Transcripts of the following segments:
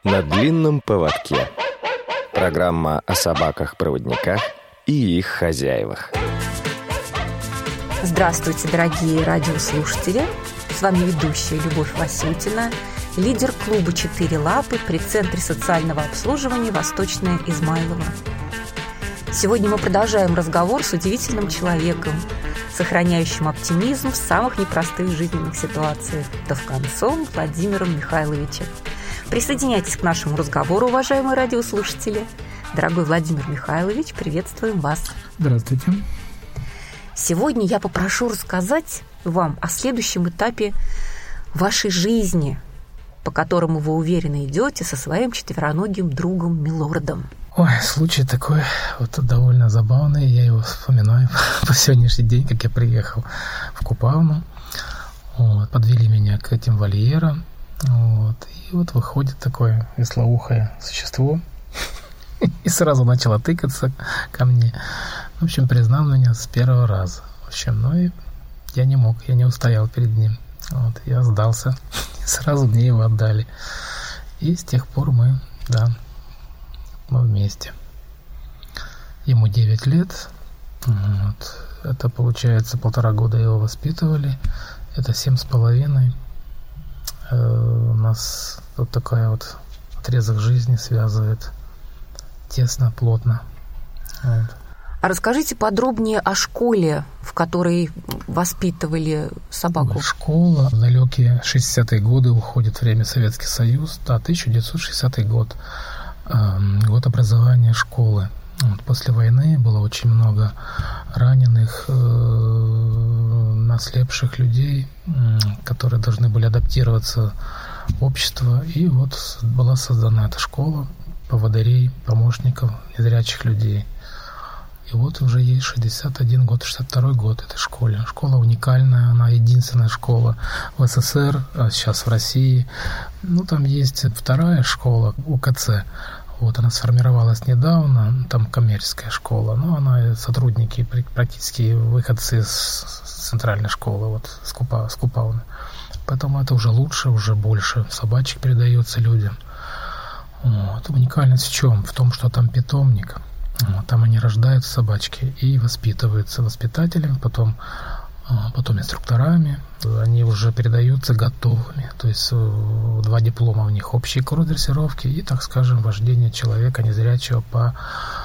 На длинном поводке. Программа о собаках-проводниках и их хозяевах. Здравствуйте, дорогие радиослушатели. С вами ведущая Любовь Васютина, лидер клуба «Четыре лапы» при Центре социального обслуживания «Восточное Измайлово». Сегодня мы продолжаем разговор с удивительным человеком, сохраняющим оптимизм в самых непростых жизненных ситуациях, Товконцом Владимиром Михайловичем. Присоединяйтесь к нашему разговору, уважаемые радиослушатели. Дорогой Владимир Михайлович, приветствуем вас. Здравствуйте. Сегодня я попрошу рассказать вам о следующем этапе вашей жизни, по которому вы уверенно идете со своим четвероногим другом Милордом. Ой, случай такой вот довольно забавный. Я его вспоминаю по сегодняшний день, как я приехал в Купавну. Подвели меня к этим вольерам. И вот выходит такое веслоухое существо и сразу начало тыкаться ко мне. В общем, признал меня с первого раза. В общем, и я не мог, я не устоял перед ним. Я сдался, и сразу мне его отдали. И с тех пор мы вместе. Ему 9 лет. Это, получается, 1,5 года его воспитывали. Это 7,5. У нас вот такая вот отрезок жизни связывает тесно, плотно. А расскажите подробнее о школе, в которой воспитывали собаку. Школа в далекие 60-е годы, уходит время Советский Союз, 1960 год. Год образования школы. После войны было очень много раненых, наслепших людей, которые должны были адаптироваться в общество. И вот была создана эта школа поводырей, помощников незрячих людей. И вот уже ей 61 год, 62 год этой школе. Школа уникальная, она единственная школа в СССР, а сейчас в России. Там есть вторая школа, УКЦ. Она сформировалась недавно, там коммерческая школа, но она сотрудники, практически выходцы из центральной школы, с Купавны. Поэтому это уже лучше, уже больше собачек передается людям. Уникальность в чем? В том, что там питомник. Там они рождают собачки и воспитываются воспитателями, потом инструкторами. Они уже передаются готовыми. То есть 2 диплома у них: общий курс дрессировки и, так скажем, вождение человека незрячего по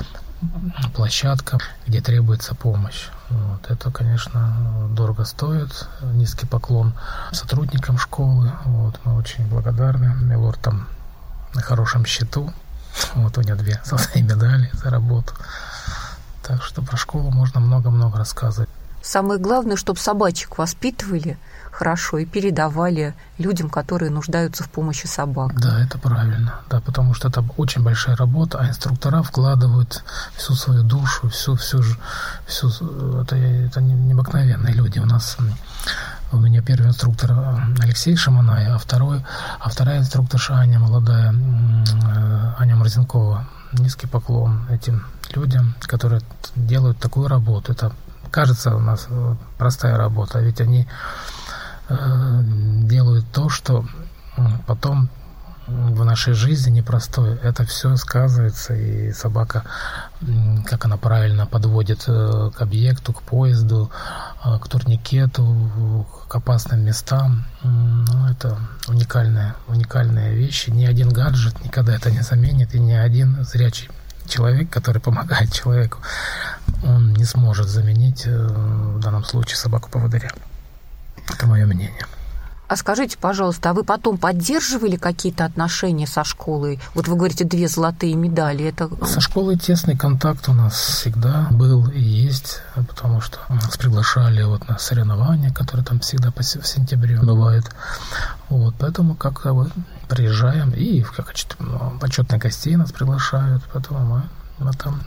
площадкам, где требуется помощь. Это, конечно, дорого стоит. Низкий поклон сотрудникам школы. Мы очень благодарны. Милорд там на хорошем счету. У него 2 золотые медали за работу. Так что про школу можно много-много рассказывать. Самое главное, чтобы собачек воспитывали хорошо и передавали людям, которые нуждаются в помощи собак. Да, это правильно. Да, потому что это очень большая работа, а инструктора вкладывают всю свою душу, всю это необыкновенные люди. У меня первый инструктор Алексей Шаманай, а вторая инструкторша Аня, молодая, Аня Морзенкова. Низкий поклон этим людям, которые делают такую работу. Это, кажется, у нас простая работа, а ведь они делают то, что потом в нашей жизни непростой. Это все сказывается, и собака, как она правильно подводит к объекту, к поезду, к турникету, к опасным местам. Это уникальные вещи. Ни один гаджет никогда это не заменит, и ни один зрячий человек, который помогает человеку, он не сможет заменить в данном случае собаку-поводыря. Это мое мнение. А скажите, пожалуйста, а вы потом поддерживали какие-то отношения со школой? Вы говорите, 2 золотые медали. Со школой тесный контакт у нас всегда был и есть, потому что нас приглашали на соревнования, которые там всегда в сентябре бывают. Поэтому как-то приезжаем, и в качестве почетных гостей нас приглашают, поэтому мы там.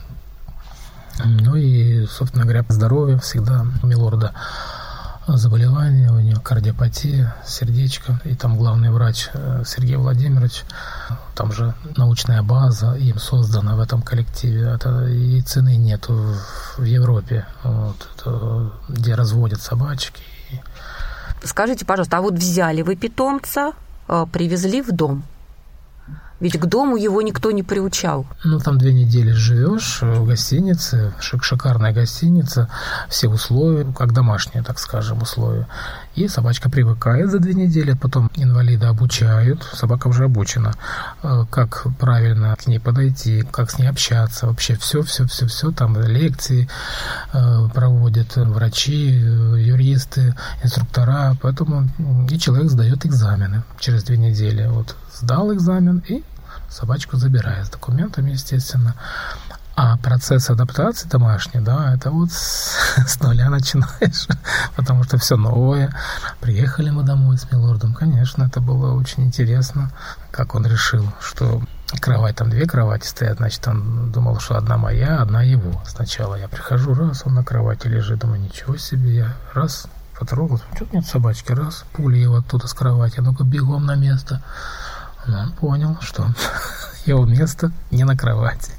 И, собственно говоря, здоровье всегда у Милорда. Заболевание, у него кардиопатия, сердечко, и там главный врач Сергей Владимирович, там же научная база им создана в этом коллективе, и цены нету в Европе, где разводят собачки. Скажите, пожалуйста, а взяли вы питомца, привезли в дом, Ведь к дому его никто не приучал. Там 2 недели живешь в гостинице, шикарная гостиница, все условия, как домашние, так скажем, условия. И собачка привыкает за 2 недели, потом инвалида обучают, собака уже обучена, как правильно к ней подойти, как с ней общаться, вообще все, там лекции проводят врачи, юристы, инструктора, поэтому и человек сдает экзамены через 2 недели. Сдал экзамен и собачку забирает с документами, естественно. А процесс адаптации домашний, это с нуля начинаешь, потому что все новое. Приехали мы домой с Милордом, конечно, это было очень интересно, как он решил, что кровать, там 2 кровати стоят, значит, он думал, что одна моя, одна его. Сначала я прихожу, раз, он на кровати лежит, думаю, ничего себе, я раз потрогал, что-то нет собачки, раз, пуля его оттуда с кровати, ну-ка бегом на место. Он понял, что его место не на кровати.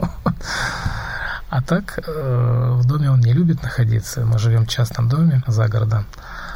А так в доме он не любит находиться. Мы живем в частном доме за городом.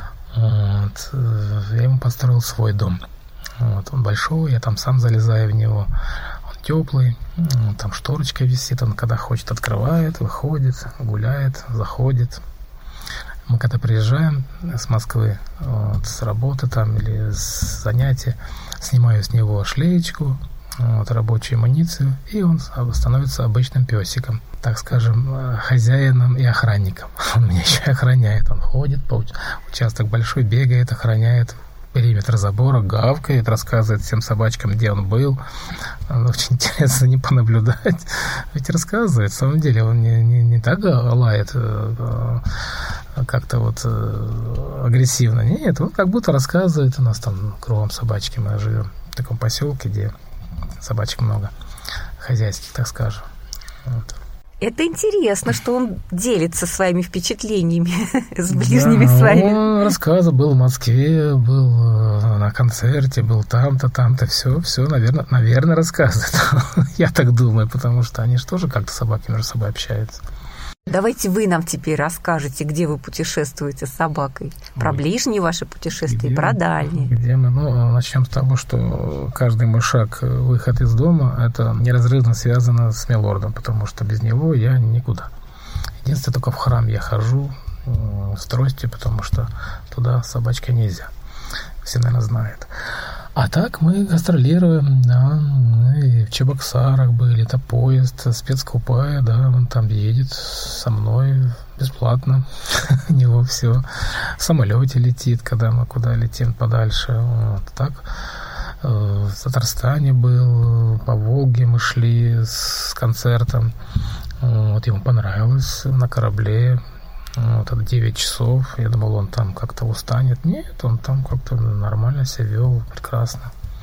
Я ему построил свой дом. Он большой, я там сам залезаю в него. Он теплый, там шторочка висит, он когда хочет открывает, выходит, гуляет, заходит. Мы когда приезжаем с Москвы, с работы там или с занятия, снимаю с него шлеечку, рабочую амуницию, и он становится обычным песиком, так скажем, хозяином и охранником. Он меня еще и охраняет, он ходит по участок большой, бегает, охраняет периметр забора, гавкает, рассказывает всем собачкам, где он был. Очень интересно не понаблюдать. Ведь рассказывает, в самом деле, он не так лает, как-то агрессивно. Нет, он как будто рассказывает. У нас там кругом собачки, мы живем в таком поселке, где собачек много, хозяйских, так скажем. Это интересно, что он делится своими впечатлениями с ближними своими. Он рассказывал, был в Москве, был на концерте, был там-то, все, наверное, рассказывает. Я так думаю, потому что они же тоже как-то собаки между собой общаются. Давайте вы нам теперь расскажете, где вы путешествуете с собакой. Про ближние ваши путешествия, про дальние. Где мы? Начнем с того, что каждый мой шаг, выход из дома, это неразрывно связано с Милордом, потому что без него я никуда. Единственное, только в храм я хожу с тростью, потому что туда собачкой нельзя. Все, наверное, знают. А так мы гастролируем, и в Чебоксарах были, это поезд, спецкупе, он там едет со мной бесплатно, у него все. В самолете летит, когда мы куда летим подальше. Так в Татарстане был, по Волге мы шли с концертом, ему понравилось на корабле. Это 9 часов. Я думал, он там как-то устанет. Нет, он там как-то нормально себя вел, прекрасно.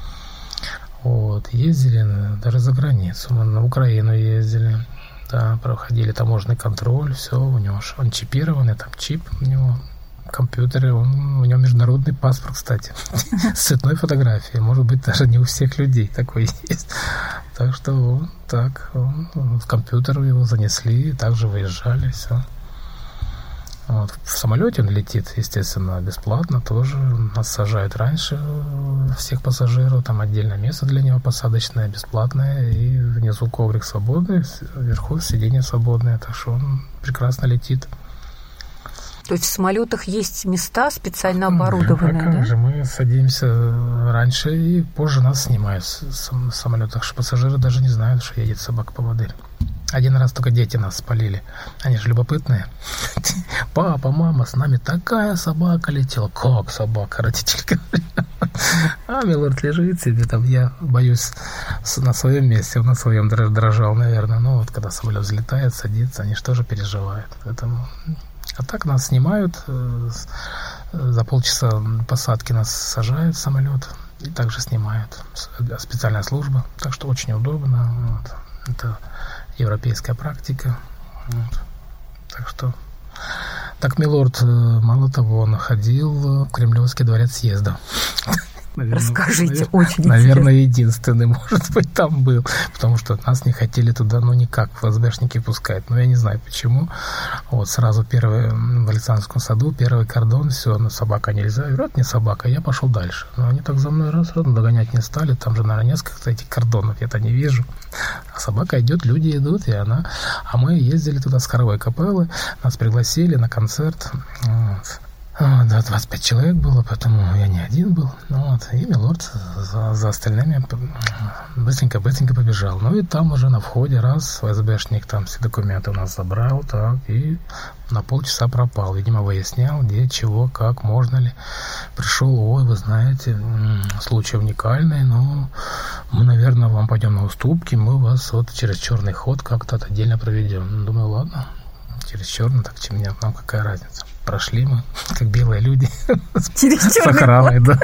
Ездили даже за границу. Мы на Украину ездили. Да, проходили таможенный контроль. Все, у него он чипированный, там чип у него в компьютере. У него международный паспорт, кстати. С цветной фотографией. Может быть, даже не у всех людей такой есть. Так что в компьютер его занесли, также выезжали, все. В самолете он летит, естественно, бесплатно тоже. Нас сажают раньше всех пассажиров. Там отдельное место для него посадочное, бесплатное. И внизу коврик свободный, вверху сиденье свободное. Так что он прекрасно летит. То есть в самолетах есть места специально оборудованные, да? Как же, мы садимся раньше и позже нас снимают в самолетах, что пассажиры даже не знают, что едет собака-поводырь. Один раз только дети нас спалили. Они же любопытные. Папа, мама, с нами такая собака летела. Как собака, родитель говорит. А Милорд лежит себе там. Я боюсь на своем месте. Он на своем дрожал, наверное. Когда самолет взлетает, садится, они же тоже переживают. Поэтому... А так нас снимают. За полчаса посадки нас сажают в самолет. И также снимают. Специальная служба. Так что очень удобно. Это европейская практика. Так что... Так Милорд, мало того, он ходил в Кремлевский дворец съезда. Расскажите, очень интересно. Наверное, единственный, может быть, там был. Потому что нас не хотели туда, никак, ФСБшники пускать. Я не знаю, почему. Сразу в Александровском саду, первый кордон, все, собака нельзя. Я говорю, это не собака, я пошел дальше. Но они так за мной догонять не стали. Там же, наверное, несколько этих кордонов, я-то не вижу. А собака идет, люди идут, А мы ездили туда с хоровой капеллы, нас пригласили на концерт. Да, 25 человек было, поэтому я не один был. И Милорд за остальными быстренько побежал. И там уже на входе ФСБшник там все документы у нас забрал, и на полчаса пропал. Видимо, выяснял, где, чего, как, можно ли. Пришел, вы знаете, случай уникальный, но мы, наверное, вам пойдем на уступки, мы вас через черный ход как-то отдельно проведем. Думаю, ладно, через черный, так чем нам какая разница. Прошли мы, как белые люди, с охраной, да.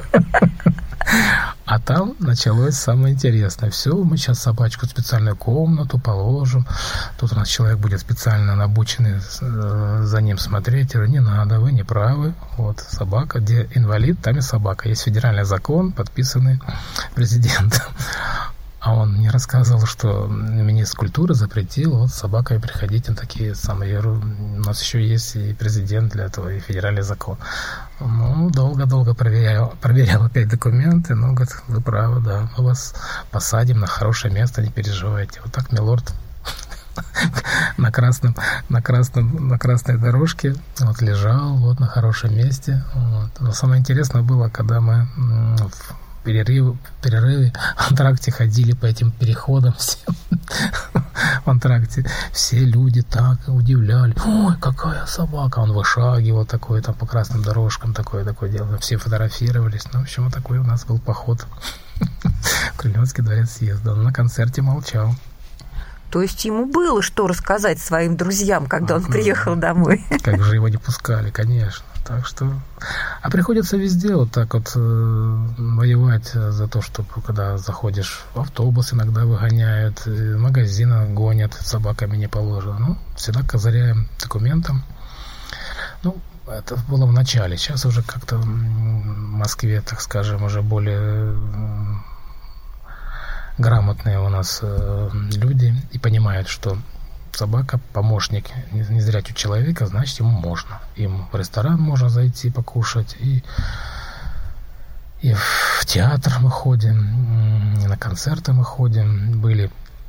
А там началось самое интересное. Все, мы сейчас собачку в специальную комнату положим. Тут у нас человек будет специально обученный за ним смотреть. Я говорю, не надо, вы не правы. Собака, где инвалид, там и собака. Есть федеральный закон, подписанный президентом. А он мне рассказывал, что министр культуры запретил с собакой приходить на такие самые... Я говорю, у нас еще есть и президент для этого, и федеральный закон. Долго-долго проверял опять документы. Говорит, вы правы, да, мы вас посадим на хорошее место, не переживайте. Так Милорд на красной дорожке лежал на хорошем месте. Но самое интересное было, когда мы в перерыве в антракте ходили по этим переходам всем. В антракте все люди так удивляли. Ой, какая собака! Он вышагивал такой, там по красным дорожкам такое дело. Все фотографировались. В общем, такой у нас был поход в Кремлевский дворец съезда. Он на концерте молчал. То есть ему было что рассказать своим друзьям, когда он приехал домой? Как же его не пускали, конечно. Так что... А приходится везде воевать за то, что когда заходишь в автобус, иногда выгоняют, в магазин гонят, собаками не положено. Всегда козыряем документом. Это было в начале. Сейчас уже как-то в Москве, так скажем, уже более грамотные у нас люди и понимают, что собака – помощник незрячего человека, значит, ему можно. Им в ресторан можно зайти покушать, и в театр мы ходим, и на концерты мы ходим. Были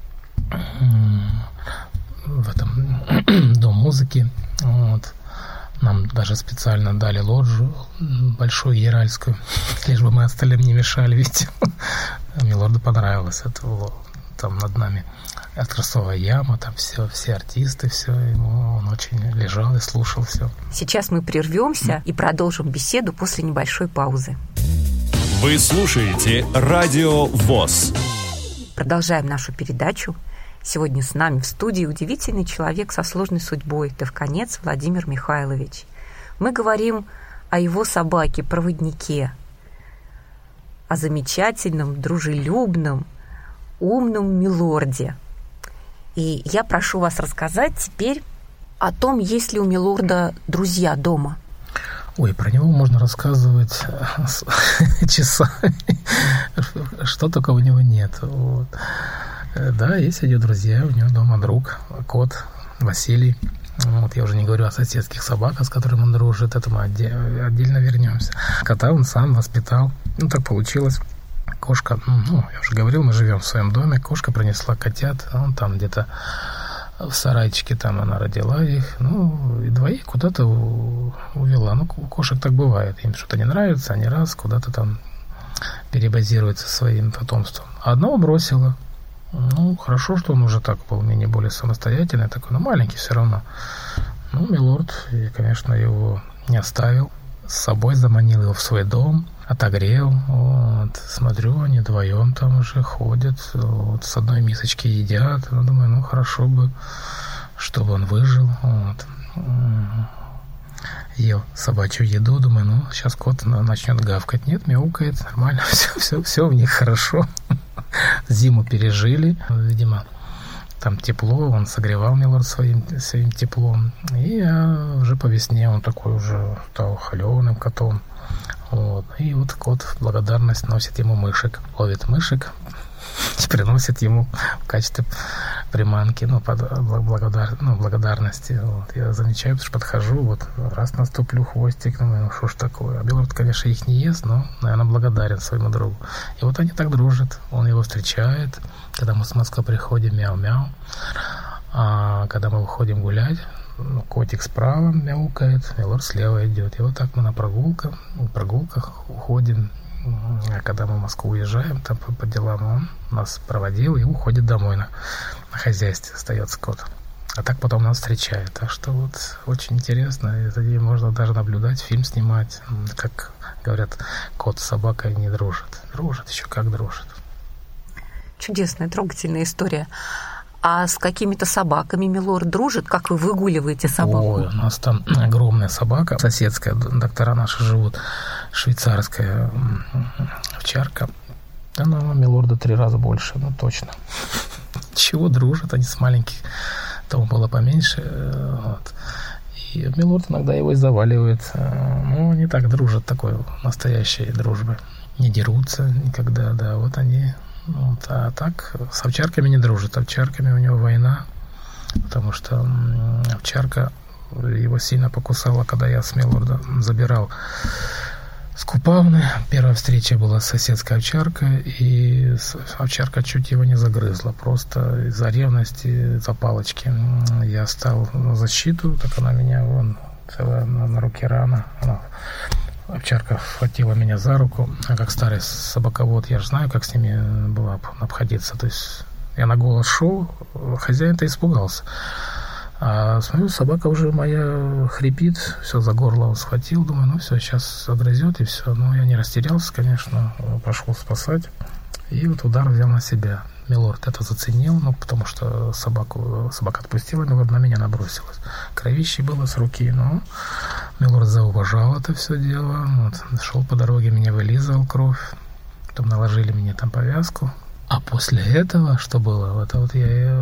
в этом Дом музыки. Нам даже специально дали лоджию большую иеральскую, лишь бы мы остальным не мешали, видите. Милорду понравилось это. Там над нами красовая яма, там все артисты, все. Он очень лежал и слушал все. Сейчас мы прервемся и продолжим беседу после небольшой паузы. Вы слушаете Радио ВОС. Продолжаем нашу передачу. Сегодня с нами в студии удивительный человек со сложной судьбой, Товконец Владимир Михайлович. Мы говорим о его собаке-проводнике, о замечательном, дружелюбном, умном Милорде. И я прошу вас рассказать теперь о том, есть ли у Милорда друзья дома. Ой, про него можно рассказывать часами, что только у него нет. Да, есть эти друзья, у него дома друг, кот Василий. Я уже не говорю о соседских собаках, с которыми он дружит, это мы отдельно вернемся. Кота он сам воспитал, так получилось. Кошка, я уже говорил, мы живем в своем доме, кошка принесла котят, он там где-то в сарайчике, там она родила их, и двоих куда-то увела. У кошек так бывает, им что-то не нравится, они раз куда-то там перебазируются своим потомством. А одного бросила. Хорошо, что он уже так был более самостоятельный, такой, но маленький все равно. Милорд, конечно, его не оставил, с собой заманил его в свой дом, отогрел. Смотрю, они вдвоем там уже ходят, с одной мисочки едят. Думаю, хорошо бы, чтобы он выжил. Ел собачью еду, думаю, сейчас кот начнет гавкать. Нет, мяукает, нормально, все в них хорошо. Зиму пережили, видимо, там тепло, он согревал Милорд своим теплом. И уже по весне он такой уже стал холеным котом. Вот. И вот кот в благодарность носит ему мышек. Ловит мышек и приносит ему в качестве приманки, благодарности. Вот. Я замечаю, потому что подхожу, вот раз наступлю хвостик, думаю, что ж такое. А Милорд, конечно, их не ест, но, наверное, благодарен своему другу. И вот они так дружат. Он его встречает, когда мы с Москвы приходим, мяу-мяу. А когда мы выходим гулять, котик справа мяукает, Милорд слева идет. И вот так мы на прогулках уходим. А когда мы в Москву уезжаем, там по делам, он нас проводил и уходит домой на хозяйстве, остается кот. А так потом нас встречает. Так что вот очень интересно. Это можно даже наблюдать, фильм снимать. Как говорят, кот с собакой не дружат. Дружат, еще как дружат. Чудесная, трогательная история. А с какими-то собаками Милорд дружит? Как вы выгуливаете собаку? Ой, у нас там огромная собака, соседская, доктора наши живут, швейцарская овчарка. Она у Милорда 3 раза больше, точно. Чего дружат они с маленьких, тому было поменьше. Вот. И Милорд иногда его и заваливает. Ну, не так дружат, такой настоящей дружбы. Не дерутся никогда, да, вот они... Вот, а так с овчарками не дружит. Овчарками у него война, потому что овчарка его сильно покусала, когда я с Милорда забирал с Купавны. Первая встреча была с соседской овчаркой, и овчарка чуть его не загрызла. Просто из-за ревности, из-за палочки. Я стал на защиту, так она меня целая на руке рана. Овчарка схватила меня за руку, а как старый собаковод, я же знаю, как с ними было обходиться. То есть я на голос шел, хозяин-то испугался. А смотрю, собака уже моя хрипит, все за горло он схватил, думаю, все, сейчас огрызет и все. Но я не растерялся, конечно, пошел спасать. И вот удар взял на себя. Милорд это заценил, потому что собака отпустила, Милорд на меня набросилась. Кровище было с руки, но Милорд зауважал это все дело. Вот, шел по дороге, меня вылизывал кровь. Потом наложили мне там повязку. А после этого, что было, это вот я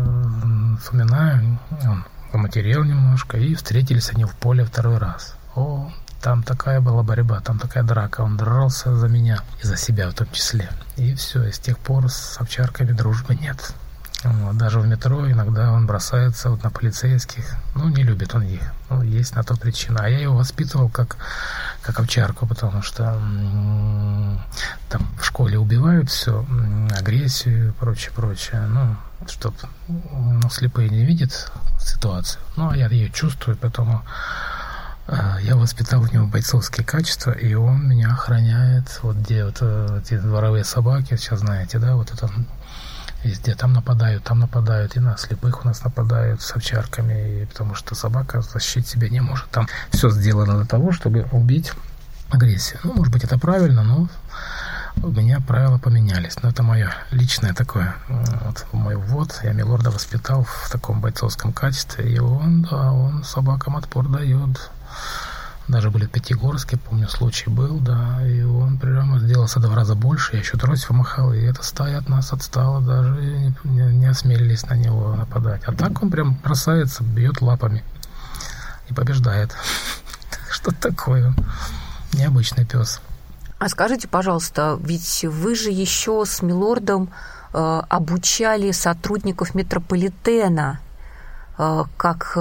вспоминаю, он поматерел немножко, и встретились они в поле 2 раз. Там такая была борьба, там такая драка. Он дрался за меня и за себя в том числе. И все, и с тех пор с овчарками дружбы нет. Вот, даже в метро иногда он бросается на полицейских. Не любит он их. Есть на то причина. А я его воспитывал как овчарку, потому что там в школе убивают все, агрессию и прочее. Чтоб слепые не видят ситуацию. А я ее чувствую, поэтому... Я воспитал в него бойцовские качества, и он меня охраняет. Вот где эти дворовые собаки, сейчас знаете, да, вот это везде там нападают, и на слепых у нас нападают с овчарками, потому что собака защитить себя не может. Там все сделано для того, чтобы убить агрессию. Может быть, это правильно, но у меня правила поменялись. Но это мое личное такое, мой ввод. Я Милорда воспитал в таком бойцовском качестве, и он собакам отпор дает. Даже были в Пятигорске, помню, случай был, да, и он прямо сделался 2 раза больше, я еще тросить помахал, и эта стая от нас отстала, даже не осмелились на него нападать. А так он прям бросается, бьет лапами и побеждает. Что такое? Необычный пес. А скажите, пожалуйста, ведь вы же еще с Милордом обучали сотрудников метрополитена, как...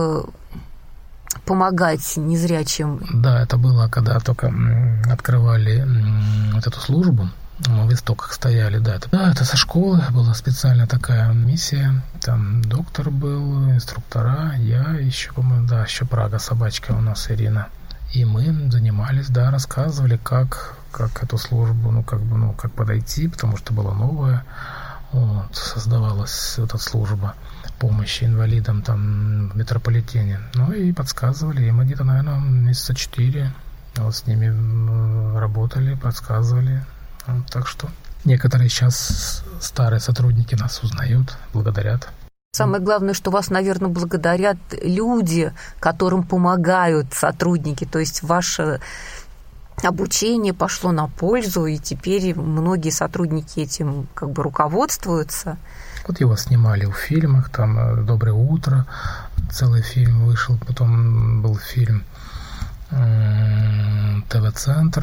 помогать незрячим. Да, это было, когда только открывали вот эту службу. Мы в истоках стояли, да. Это со школы была специальная такая миссия. Там доктор был, инструктора, я еще, по-моему, да, еще Прага, собачка у нас Ирина. И мы занимались, да, рассказывали, как эту службу, как подойти, потому что была новая. Вот, создавалась эта служба помощи инвалидам там в метрополитене. И подсказывали. И мы где-то, наверное, месяца 4 с ними работали, подсказывали. Так что некоторые сейчас старые сотрудники нас узнают, благодарят. Самое главное, что вас, наверное, благодарят люди, которым помогают сотрудники. То есть ваше обучение пошло на пользу, и теперь многие сотрудники этим руководствуются. Вот его снимали в фильмах, там «Доброе утро», целый фильм вышел, потом был фильм «ТВ-центр»,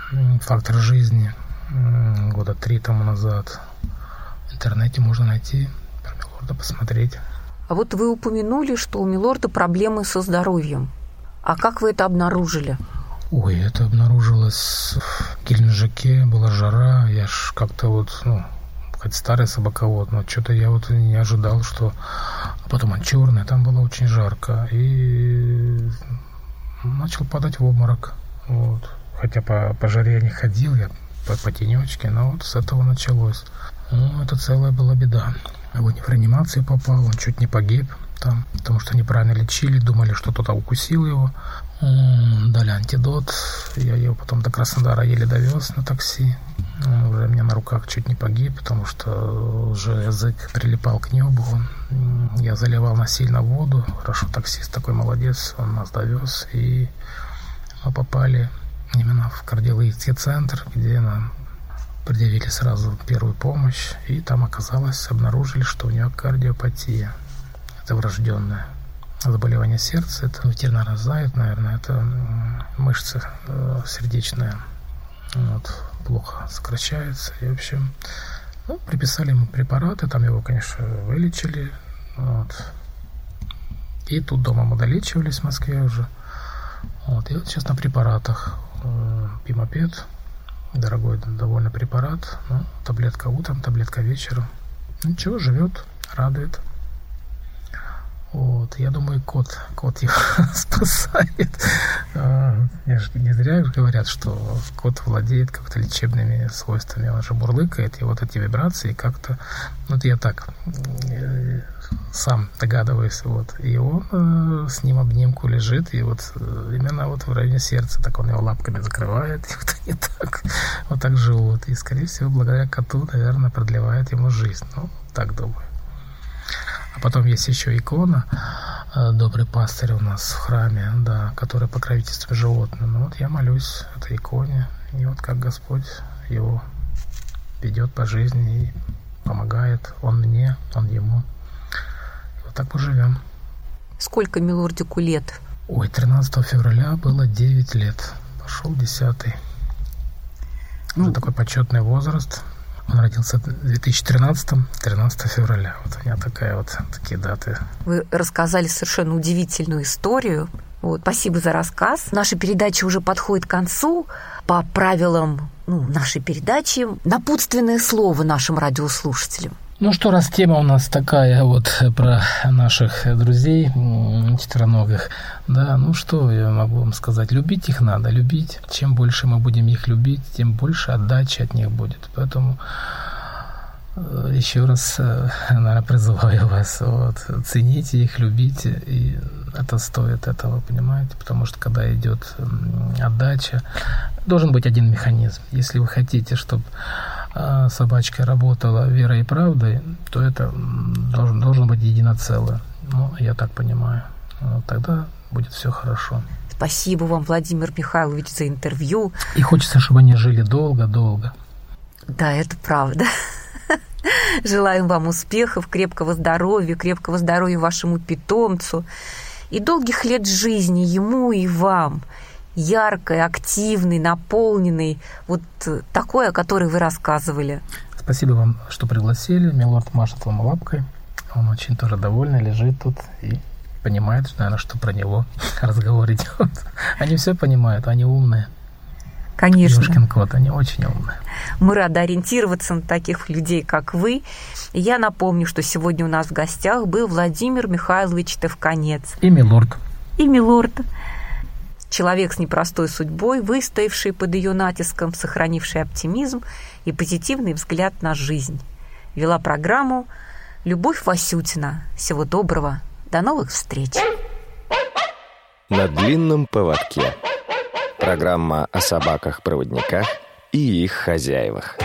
«Фактор жизни» года 3 тому назад. В интернете можно найти, про Милорда посмотреть. А вот вы упомянули, что у Милорда проблемы со здоровьем. А как вы это обнаружили? Ой, это обнаружилось в Геленджике, была жара, я ж как-то вот, хоть старый собаковод, но что-то я вот не ожидал, что... А потом он черный, там было очень жарко, и начал падать в обморок, вот. Хотя по жаре я не ходил, я по тенечке, но вот с этого началось. Это целая была беда. Вот в реанимацию попал, он чуть не погиб там, потому что неправильно лечили, думали, что кто-то укусил его. Дали антидот, я его потом до Краснодара еле довез на такси. Он уже у меня на руках чуть не погиб, потому что уже язык прилипал к небу. Я заливал насильно воду. Хорошо, таксист такой молодец, он нас довез, и мы попали именно в кардиологический центр, где нам предъявили сразу первую помощь, и там обнаружили, что у нее кардиопатия. Это врожденное заболевание сердца, это ветеринары знают, наверное, это мышцы сердечные, плохо сокращаются. И, в общем, приписали ему препараты, там его, конечно, вылечили. И тут дома мы долечивались в Москве уже. И вот сейчас на препаратах. Пимопед, дорогой довольно препарат. Таблетка утром, таблетка вечером. Ничего, живет, радует. Я думаю, кот его спасает. Не зря говорят, что кот владеет как-то лечебными свойствами. Он же бурлыкает, и вот эти вибрации как-то... я так сам догадываюсь. И он с ним обнимку лежит, и именно в районе сердца, так он его лапками закрывает, и они так живут. И, скорее всего, благодаря коту, наверное, продлевает ему жизнь. Так думаю. А потом есть еще икона «Добрый пастырь» у нас в храме, да, который покровительствует животным. Я молюсь этой иконе, и как Господь его ведет по жизни и помогает. Он мне, он ему. И так мы живем. Сколько Милордику лет? 13 февраля было 9 лет. Пошел 10-й. Уже такой почетный возраст. Он родился в 2013-м, 13 февраля. У меня такие даты. Вы рассказали совершенно удивительную историю. Спасибо за рассказ. Наша передача уже подходит к концу. По правилам нашей передачи напутственное слово нашим радиослушателям. Раз тема у нас такая про наших друзей четвероногих, да, что я могу вам сказать? Любить их надо, любить. Чем больше мы будем их любить, тем больше отдачи от них будет. Поэтому еще раз, наверное, призываю вас, цените их, любите, и это стоит этого, понимаете? Потому что когда идет отдача, должен быть один механизм. Если вы хотите, чтобы собачка работала верой и правдой, то это должен быть едино целое. Я так понимаю. Тогда будет все хорошо. Спасибо вам, Владимир Михайлович, за интервью. И хочется, чтобы они жили долго-долго. Да, это правда. Желаем вам успехов, крепкого здоровья вашему питомцу и долгих лет жизни ему и вам. Яркой, активной, наполненной, такой, о которой вы рассказывали. Спасибо вам, что пригласили. Милорд машет вам лапкой. Он очень тоже довольный, лежит тут и понимает, наверное, что про него разговор идет. Они все понимают, они умные. Конечно. Ёшкин кот, они очень умные. Мы рады ориентироваться на таких людей, как вы. И я напомню, что сегодня у нас в гостях был Владимир Михайлович Тевконец. И Милорд. Человек с непростой судьбой, выстоявший под ее натиском, сохранивший оптимизм и позитивный взгляд на жизнь. Вела программу Любовь Васютина. Всего доброго. До новых встреч. На длинном поводке. Программа о собаках-проводниках и их хозяевах.